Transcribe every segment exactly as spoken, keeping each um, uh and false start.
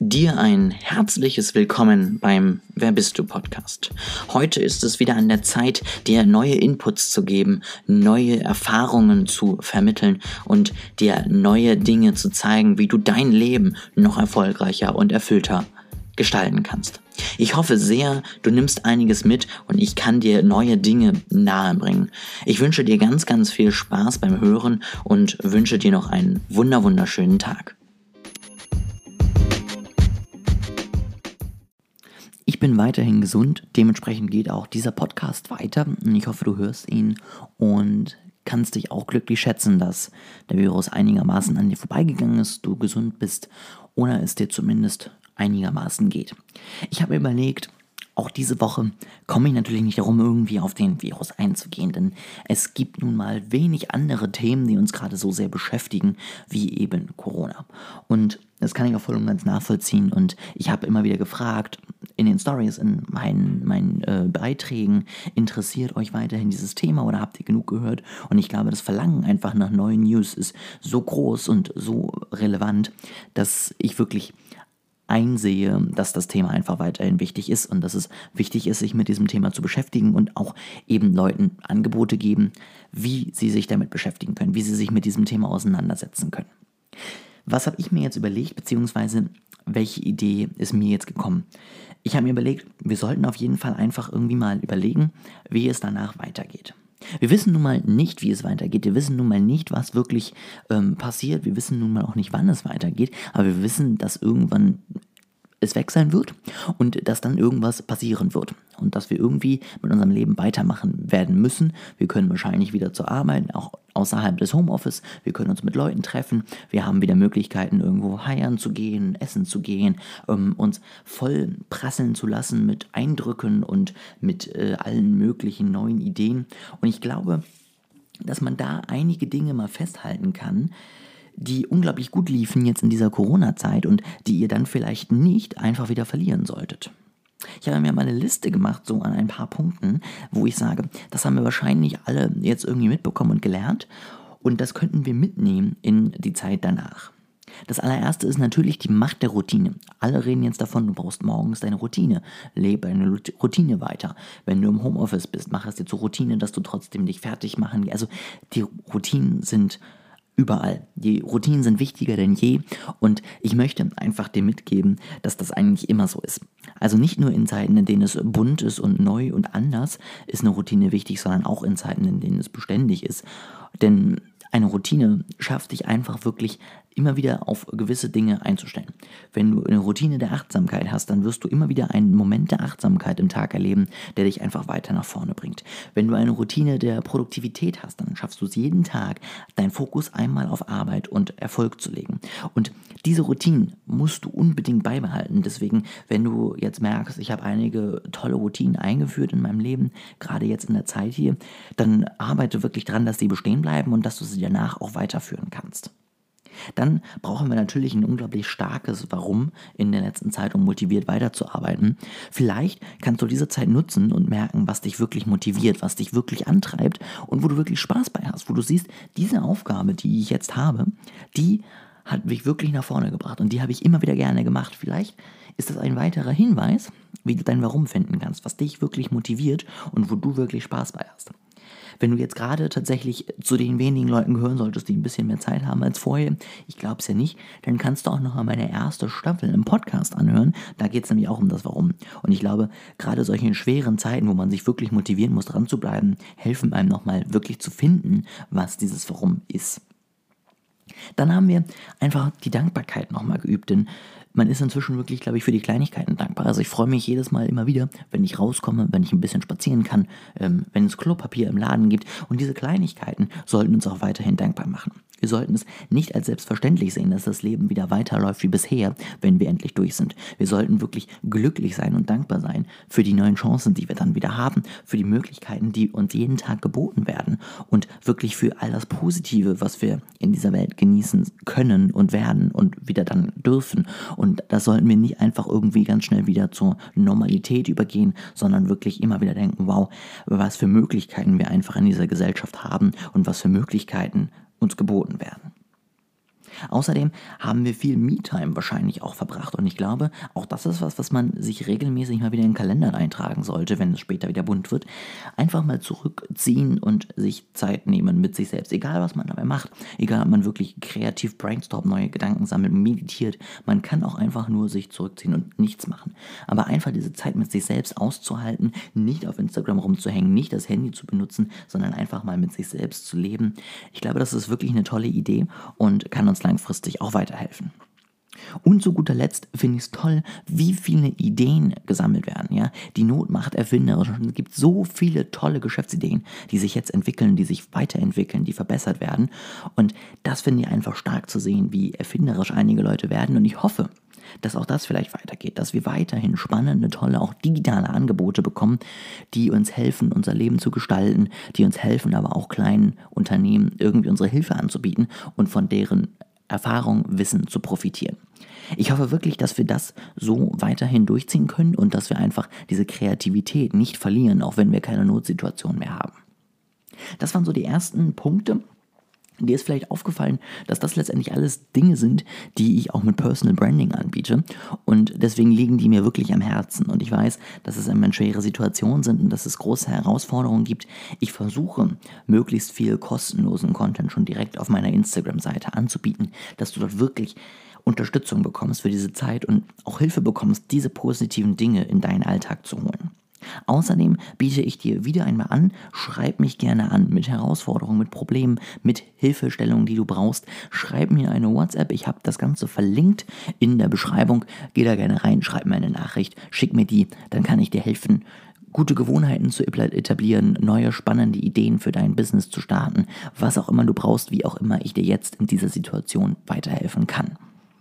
Dir ein herzliches Willkommen beim Wer bist du Podcast. Heute ist es wieder an der Zeit, dir neue Inputs zu geben, neue Erfahrungen zu vermitteln und dir neue Dinge zu zeigen, wie du dein Leben noch erfolgreicher und erfüllter gestalten kannst. Ich hoffe sehr, du nimmst einiges mit und ich kann dir neue Dinge nahebringen. Ich wünsche dir ganz, ganz viel Spaß beim Hören und wünsche dir noch einen wunder wunderschönen Tag. Ich bin weiterhin gesund, dementsprechend geht auch dieser Podcast weiter und ich hoffe, du hörst ihn und kannst dich auch glücklich schätzen, dass der Virus einigermaßen an dir vorbeigegangen ist, du gesund bist oder es dir zumindest einigermaßen geht. Ich habe überlegt, auch diese Woche komme ich natürlich nicht darum, irgendwie auf den Virus einzugehen, denn es gibt nun mal wenig andere Themen, die uns gerade so sehr beschäftigen, wie eben Corona. Und das kann ich auch voll und ganz nachvollziehen und ich habe immer wieder gefragt, in den Stories, in meinen, meinen äh, Beiträgen, interessiert euch weiterhin dieses Thema oder habt ihr genug gehört? Und ich glaube, das Verlangen einfach nach neuen News ist so groß und so relevant, dass ich wirklich einsehe, dass das Thema einfach weiterhin wichtig ist und dass es wichtig ist, sich mit diesem Thema zu beschäftigen und auch eben Leuten Angebote geben, wie sie sich damit beschäftigen können, wie sie sich mit diesem Thema auseinandersetzen können. Was habe ich mir jetzt überlegt, beziehungsweise welche Idee ist mir jetzt gekommen? Ich habe mir überlegt, wir sollten auf jeden Fall einfach irgendwie mal überlegen, wie es danach weitergeht. Wir wissen nun mal nicht, wie es weitergeht. Wir wissen nun mal nicht, was wirklich ähm, passiert. Wir wissen nun mal auch nicht, wann es weitergeht. Aber wir wissen, dass irgendwann es weg sein wird und dass dann irgendwas passieren wird. Und dass wir irgendwie mit unserem Leben weitermachen werden müssen. Wir können wahrscheinlich wieder zur Arbeit, auch außerhalb des Homeoffice. Wir können uns mit Leuten treffen. Wir haben wieder Möglichkeiten, irgendwo feiern zu gehen, essen zu gehen, ähm, uns voll prasseln zu lassen mit Eindrücken und mit äh, allen möglichen neuen Ideen. Und ich glaube, dass man da einige Dinge mal festhalten kann, die unglaublich gut liefen jetzt in dieser Corona-Zeit und die ihr dann vielleicht nicht einfach wieder verlieren solltet. Ich habe mir mal eine Liste gemacht, so an ein paar Punkten, wo ich sage, das haben wir wahrscheinlich alle jetzt irgendwie mitbekommen und gelernt und das könnten wir mitnehmen in die Zeit danach. Das allererste ist natürlich die Macht der Routine. Alle reden jetzt davon, du brauchst morgens deine Routine. Lebe eine Routine weiter. Wenn du im Homeoffice bist, mach es dir zur Routine, dass du trotzdem dich fertig machen. Also die Routinen sind überall. Die Routinen sind wichtiger denn je und ich möchte einfach dir mitgeben, dass das eigentlich immer so ist. Also nicht nur in Zeiten, in denen es bunt ist und neu und anders, ist eine Routine wichtig, sondern auch in Zeiten, in denen es beständig ist. Denn eine Routine schafft dich einfach wirklich immer wieder auf gewisse Dinge einzustellen. Wenn du eine Routine der Achtsamkeit hast, dann wirst du immer wieder einen Moment der Achtsamkeit im Tag erleben, der dich einfach weiter nach vorne bringt. Wenn du eine Routine der Produktivität hast, dann schaffst du es jeden Tag, deinen Fokus einmal auf Arbeit und Erfolg zu legen. Und diese Routinen musst du unbedingt beibehalten. Deswegen, wenn du jetzt merkst, ich habe einige tolle Routinen eingeführt in meinem Leben, gerade jetzt in der Zeit hier, dann arbeite wirklich dran, dass die bestehen bleiben und dass du sie danach auch weiterführen kannst. Dann brauchen wir natürlich ein unglaublich starkes Warum in der letzten Zeit, um motiviert weiterzuarbeiten. Vielleicht kannst du diese Zeit nutzen und merken, was dich wirklich motiviert, was dich wirklich antreibt und wo du wirklich Spaß bei hast, wo du siehst, diese Aufgabe, die ich jetzt habe, die hat mich wirklich nach vorne gebracht und die habe ich immer wieder gerne gemacht. Vielleicht ist das ein weiterer Hinweis, wie du dein Warum finden kannst, was dich wirklich motiviert und wo du wirklich Spaß bei hast. Wenn du jetzt gerade tatsächlich zu den wenigen Leuten gehören solltest, die ein bisschen mehr Zeit haben als vorher, ich glaube es ja nicht, dann kannst du auch noch mal meine erste Staffel im Podcast anhören. Da geht es nämlich auch um das Warum. Und ich glaube, gerade solche schweren Zeiten, wo man sich wirklich motivieren muss, dran zu bleiben, helfen einem nochmal wirklich zu finden, was dieses Warum ist. Dann haben wir einfach die Dankbarkeit nochmal geübt, denn man ist inzwischen wirklich, glaube ich, für die Kleinigkeiten dankbar. Also ich freue mich jedes Mal immer wieder, wenn ich rauskomme, wenn ich ein bisschen spazieren kann, ähm, wenn es Klopapier im Laden gibt. Und diese Kleinigkeiten sollten uns auch weiterhin dankbar machen. Wir sollten es nicht als selbstverständlich sehen, dass das Leben wieder weiterläuft wie bisher, wenn wir endlich durch sind. Wir sollten wirklich glücklich sein und dankbar sein für die neuen Chancen, die wir dann wieder haben, für die Möglichkeiten, die uns jeden Tag geboten werden und wirklich für all das Positive, was wir in dieser Welt genießen können und werden und wieder dann dürfen. Und das sollten wir nicht einfach irgendwie ganz schnell wieder zur Normalität übergehen, sondern wirklich immer wieder denken, wow, was für Möglichkeiten wir einfach in dieser Gesellschaft haben und was für Möglichkeiten uns geboten werden. Außerdem haben wir viel Me-Time wahrscheinlich auch verbracht und ich glaube, auch das ist was, was man sich regelmäßig mal wieder in den Kalender eintragen sollte, wenn es später wieder bunt wird. Einfach mal zurückziehen und sich Zeit nehmen mit sich selbst, egal was man dabei macht, egal ob man wirklich kreativ brainstormt, neue Gedanken sammelt, meditiert, man kann auch einfach nur sich zurückziehen und nichts machen. Aber einfach diese Zeit mit sich selbst auszuhalten, nicht auf Instagram rumzuhängen, nicht das Handy zu benutzen, sondern einfach mal mit sich selbst zu leben. Ich glaube, das ist wirklich eine tolle Idee und kann uns langfristig auch weiterhelfen. Und zu guter Letzt finde ich es toll, wie viele Ideen gesammelt werden. Ja? Die Not macht erfinderisch und es gibt so viele tolle Geschäftsideen, die sich jetzt entwickeln, die sich weiterentwickeln, die verbessert werden. Und das finde ich einfach stark zu sehen, wie erfinderisch einige Leute werden. Und ich hoffe, dass auch das vielleicht weitergeht, dass wir weiterhin spannende, tolle, auch digitale Angebote bekommen, die uns helfen, unser Leben zu gestalten, die uns helfen, aber auch kleinen Unternehmen irgendwie unsere Hilfe anzubieten und von deren Erfahrung, Wissen zu profitieren. Ich hoffe wirklich, dass wir das so weiterhin durchziehen können und dass wir einfach diese Kreativität nicht verlieren, auch wenn wir keine Notsituation mehr haben. Das waren so die ersten Punkte. Dir ist vielleicht aufgefallen, dass das letztendlich alles Dinge sind, die ich auch mit Personal Branding anbiete und deswegen liegen die mir wirklich am Herzen und ich weiß, dass es immer schwere Situationen sind und dass es große Herausforderungen gibt. Ich versuche, möglichst viel kostenlosen Content schon direkt auf meiner Instagram-Seite anzubieten, dass du dort wirklich Unterstützung bekommst für diese Zeit und auch Hilfe bekommst, diese positiven Dinge in deinen Alltag zu holen. Außerdem biete ich dir wieder einmal an, schreib mich gerne an mit Herausforderungen, mit Problemen, mit Hilfestellungen, die du brauchst. Schreib mir eine WhatsApp, ich habe das Ganze verlinkt in der Beschreibung. Geh da gerne rein, schreib mir eine Nachricht, schick mir die, dann kann ich dir helfen, gute Gewohnheiten zu etablieren, neue spannende Ideen für dein Business zu starten, was auch immer du brauchst, wie auch immer ich dir jetzt in dieser Situation weiterhelfen kann.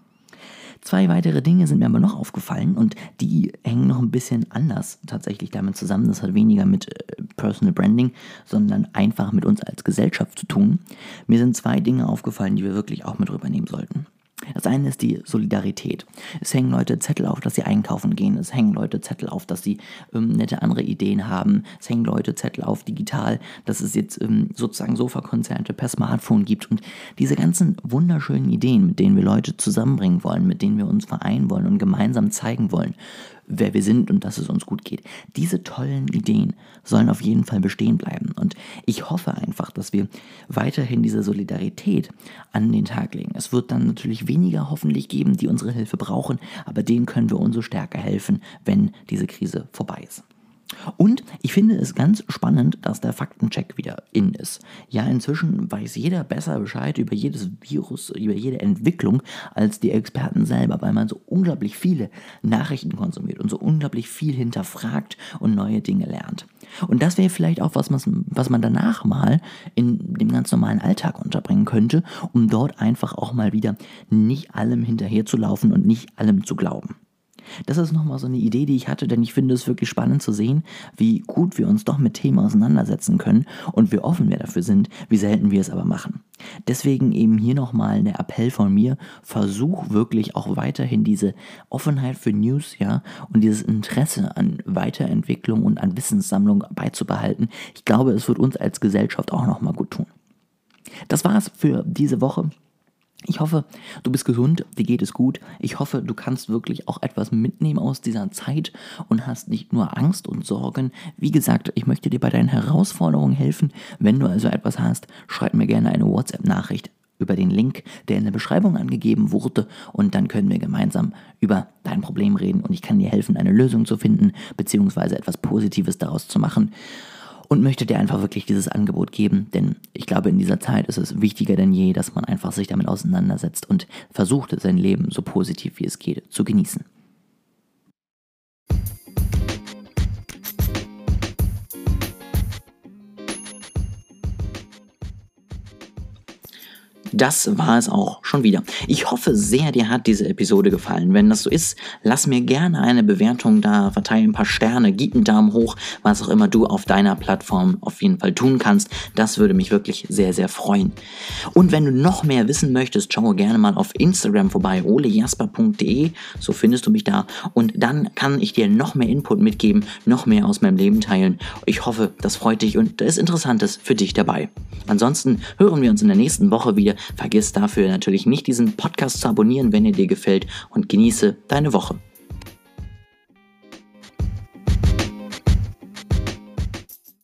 Zwei weitere Dinge sind mir aber noch aufgefallen und die hängen noch ein bisschen anders tatsächlich damit zusammen. Das hat weniger mit äh, Personal Branding, sondern einfach mit uns als Gesellschaft zu tun. Mir sind zwei Dinge aufgefallen, die wir wirklich auch mit rübernehmen sollten. Das eine ist die Solidarität. Es hängen Leute Zettel auf, dass sie einkaufen gehen. Es hängen Leute Zettel auf, dass sie ähm, nette andere Ideen haben. Es hängen Leute Zettel auf digital, dass es jetzt ähm, sozusagen Sofakonzerte per Smartphone gibt. Und diese ganzen wunderschönen Ideen, mit denen wir Leute zusammenbringen wollen, mit denen wir uns vereinen wollen und gemeinsam zeigen wollen, wer wir sind und dass es uns gut geht. Diese tollen Ideen sollen auf jeden Fall bestehen bleiben. Und ich hoffe einfach, dass wir weiterhin diese Solidarität an den Tag legen. Es wird dann natürlich weniger hoffentlich geben, die unsere Hilfe brauchen, aber denen können wir umso stärker helfen, wenn diese Krise vorbei ist. Und ich finde es ganz spannend, dass der Faktencheck wieder in ist. Ja, inzwischen weiß jeder besser Bescheid über jedes Virus, über jede Entwicklung als die Experten selber, weil man so unglaublich viele Nachrichten konsumiert und so unglaublich viel hinterfragt und neue Dinge lernt. Und das wäre vielleicht auch was, was man danach mal in dem ganz normalen Alltag unterbringen könnte, um dort einfach auch mal wieder nicht allem hinterherzulaufen und nicht allem zu glauben. Das ist nochmal so eine Idee, die ich hatte, denn ich finde es wirklich spannend zu sehen, wie gut wir uns doch mit Themen auseinandersetzen können und wie offen wir dafür sind, wie selten wir es aber machen. Deswegen eben hier nochmal der Appell von mir, versuch wirklich auch weiterhin diese Offenheit für News, ja, und dieses Interesse an Weiterentwicklung und an Wissenssammlung beizubehalten. Ich glaube, es wird uns als Gesellschaft auch nochmal gut tun. Das war's für diese Woche. Ich hoffe, du bist gesund, dir geht es gut. Ich hoffe, du kannst wirklich auch etwas mitnehmen aus dieser Zeit und hast nicht nur Angst und Sorgen. Wie gesagt, ich möchte dir bei deinen Herausforderungen helfen. Wenn du also etwas hast, schreib mir gerne eine WhatsApp-Nachricht über den Link, der in der Beschreibung angegeben wurde, und dann können wir gemeinsam über dein Problem reden und ich kann dir helfen, eine Lösung zu finden, beziehungsweise etwas Positives daraus zu machen. Und möchte dir einfach wirklich dieses Angebot geben, denn ich glaube, in dieser Zeit ist es wichtiger denn je, dass man einfach sich damit auseinandersetzt und versucht, sein Leben so positiv wie es geht zu genießen. Das war es auch schon wieder. Ich hoffe sehr, dir hat diese Episode gefallen. Wenn das so ist, lass mir gerne eine Bewertung da, verteile ein paar Sterne, gib einen Daumen hoch, was auch immer du auf deiner Plattform auf jeden Fall tun kannst. Das würde mich wirklich sehr, sehr freuen. Und wenn du noch mehr wissen möchtest, schaue gerne mal auf Instagram vorbei, ole jasper punkt de, so findest du mich da. Und dann kann ich dir noch mehr Input mitgeben, noch mehr aus meinem Leben teilen. Ich hoffe, das freut dich und da ist Interessantes für dich dabei. Ansonsten hören wir uns in der nächsten Woche wieder. Vergiss dafür natürlich nicht, diesen Podcast zu abonnieren, wenn er dir gefällt, und genieße deine Woche.